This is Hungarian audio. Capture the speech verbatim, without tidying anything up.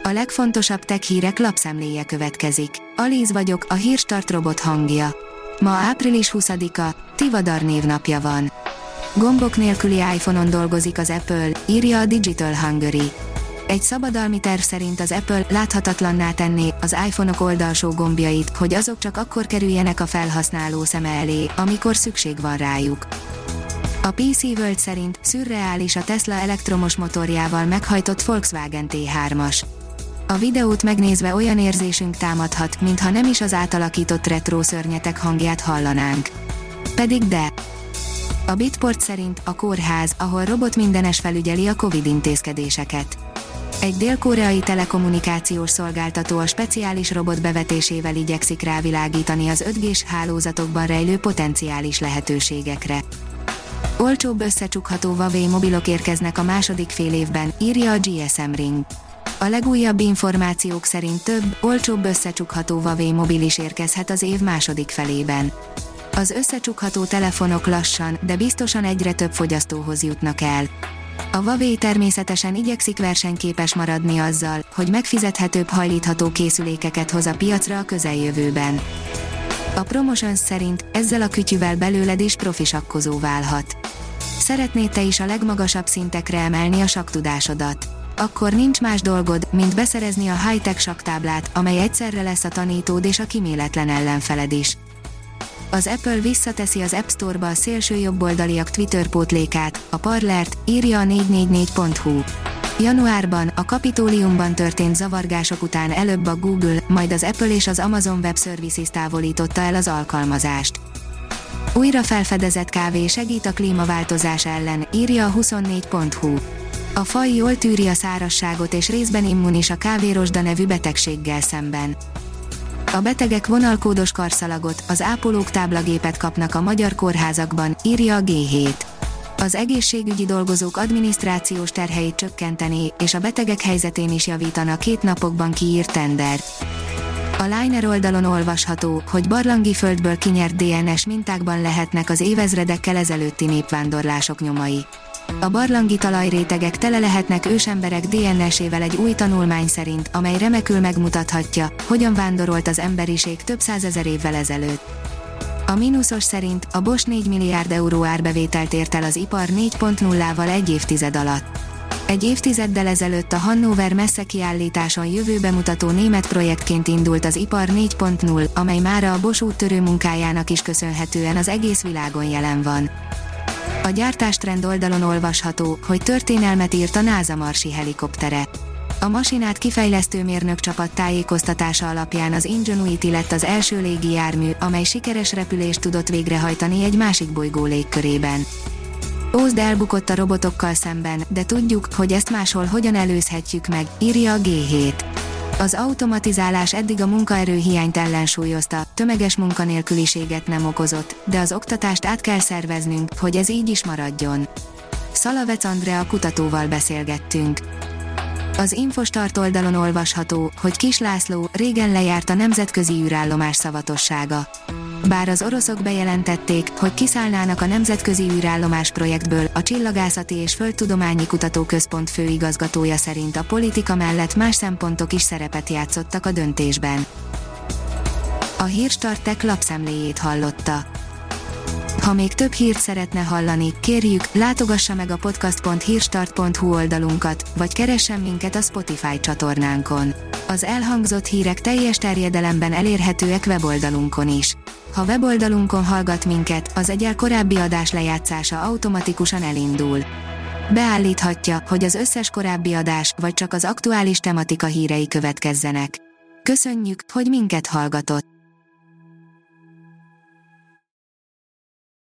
A legfontosabb tech hírek lapszemléje következik. Alíz vagyok, a Hírstart robot hangja. Ma április huszadika, Tivadar névnapja van. Gombok nélküli iPhone-on dolgozik az Apple, írja a Digital Hungary. Egy szabadalmi terv szerint az Apple láthatatlanná tenné az iPhone-ok oldalsó gombjait, hogy azok csak akkor kerüljenek a felhasználó szeme elé, amikor szükség van rájuk. A pé cé World szerint szürreális a Tesla elektromos motorjával meghajtott Volkswagen té hármas. A videót megnézve olyan érzésünk támadhat, mintha nem is az átalakított retro szörnyetek hangját hallanánk. Pedig de. A Bitport szerint a kórház, ahol robot mindenes felügyeli a Covid intézkedéseket. Egy dél-koreai telekommunikációs szolgáltató a speciális robot bevetésével igyekszik rávilágítani az öt gés hálózatokban rejlő potenciális lehetőségekre. Olcsóbb összecsukható Huawei mobilok érkeznek a második fél évben, írja a gé es em Ring. A legújabb információk szerint több, olcsóbb összecsukható Huawei mobil is érkezhet az év második felében. Az összecsukható telefonok lassan, de biztosan egyre több fogyasztóhoz jutnak el. A Huawei természetesen igyekszik versenyképes maradni azzal, hogy megfizethetőbb hajlítható készülékeket hoz a piacra a közeljövőben. A Promotions szerint ezzel a kütyüvel belőled is profi sakkozó válhat. Szeretnéd te is a legmagasabb szintekre emelni a saktudásodat? Akkor nincs más dolgod, mint beszerezni a high-tech saktáblát, amely egyszerre lesz a tanítód és a kíméletlen ellenfeled is. Az Apple visszateszi az App Store-ba a szélső jobboldaliak Twitter pótlékát, a Parlert, írja a négy négy négy pont hu. Januárban, a Kapitóliumban történt zavargások után előbb a Google, majd az Apple és az Amazon Web Services távolította el az alkalmazást. Újra felfedezett kávé segít a klímaváltozás ellen, írja a huszonnégy pont hu. A faj jól tűri a szárazságot és részben immunis a kávérosda nevű betegséggel szemben. A betegek vonalkódos karszalagot, az ápolók táblagépet kapnak a magyar kórházakban, írja a gé hét. Az egészségügyi dolgozók adminisztrációs terheit csökkenteni, és a betegek helyzetén is javítana két napokban kiírt tender. A Liner oldalon olvasható, hogy barlangi földből kinyert dé en es mintákban lehetnek az évezredekkel ezelőtti népvándorlások nyomai. A barlangi talajrétegek tele lehetnek ősemberek dé en esével egy új tanulmány szerint, amely remekül megmutathatja, hogyan vándorolt az emberiség több százezer évvel ezelőtt. A mínuszos szerint a Bosch négy milliárd euró árbevételt ért el az ipar négy pont nullával egy évtized alatt. Egy évtizeddel ezelőtt a Hannover messze kiállításon jövőbe mutató német projektként indult az ipar négy pont nulla, amely mára a Bosch úttörő munkájának is köszönhetően az egész világon jelen van. A gyártástrend oldalon olvasható, hogy történelmet írt a NASA marsi helikoptere. A masinát kifejlesztő mérnökcsapat tájékoztatása alapján az Ingenuity lett az első légijármű, amely sikeres repülést tudott végrehajtani egy másik bolygó légkörében. Ózd elbukott a robotokkal szemben, de tudjuk, hogy ezt máshol hogyan előzhetjük meg, írja a gé hét. Az automatizálás eddig a munkaerőhiányt ellensúlyozta, tömeges munkanélküliséget nem okozott, de az oktatást át kell szerveznünk, hogy ez így is maradjon. Szalavec Andrea kutatóval beszélgettünk. Az Infostart oldalon olvasható, hogy Kiss László régen lejárt a nemzetközi űrállomás szavatossága. Bár az oroszok bejelentették, hogy kiszállnának a nemzetközi űrállomás projektből, a Csillagászati és Földtudományi Kutatóközpont főigazgatója szerint a politika mellett más szempontok is szerepet játszottak a döntésben. A Hírstart Tech lapszemléjét hallotta. Ha még több hírt szeretne hallani, kérjük, látogassa meg a podcast pont hírstart pont hu oldalunkat, vagy keressen minket a Spotify csatornánkon. Az elhangzott hírek teljes terjedelemben elérhetőek weboldalunkon is. Ha weboldalunkon hallgat minket, az egyel korábbi adás lejátszása automatikusan elindul. Beállíthatja, hogy az összes korábbi adás, vagy csak az aktuális tematika hírei következzenek. Köszönjük, hogy minket hallgatott!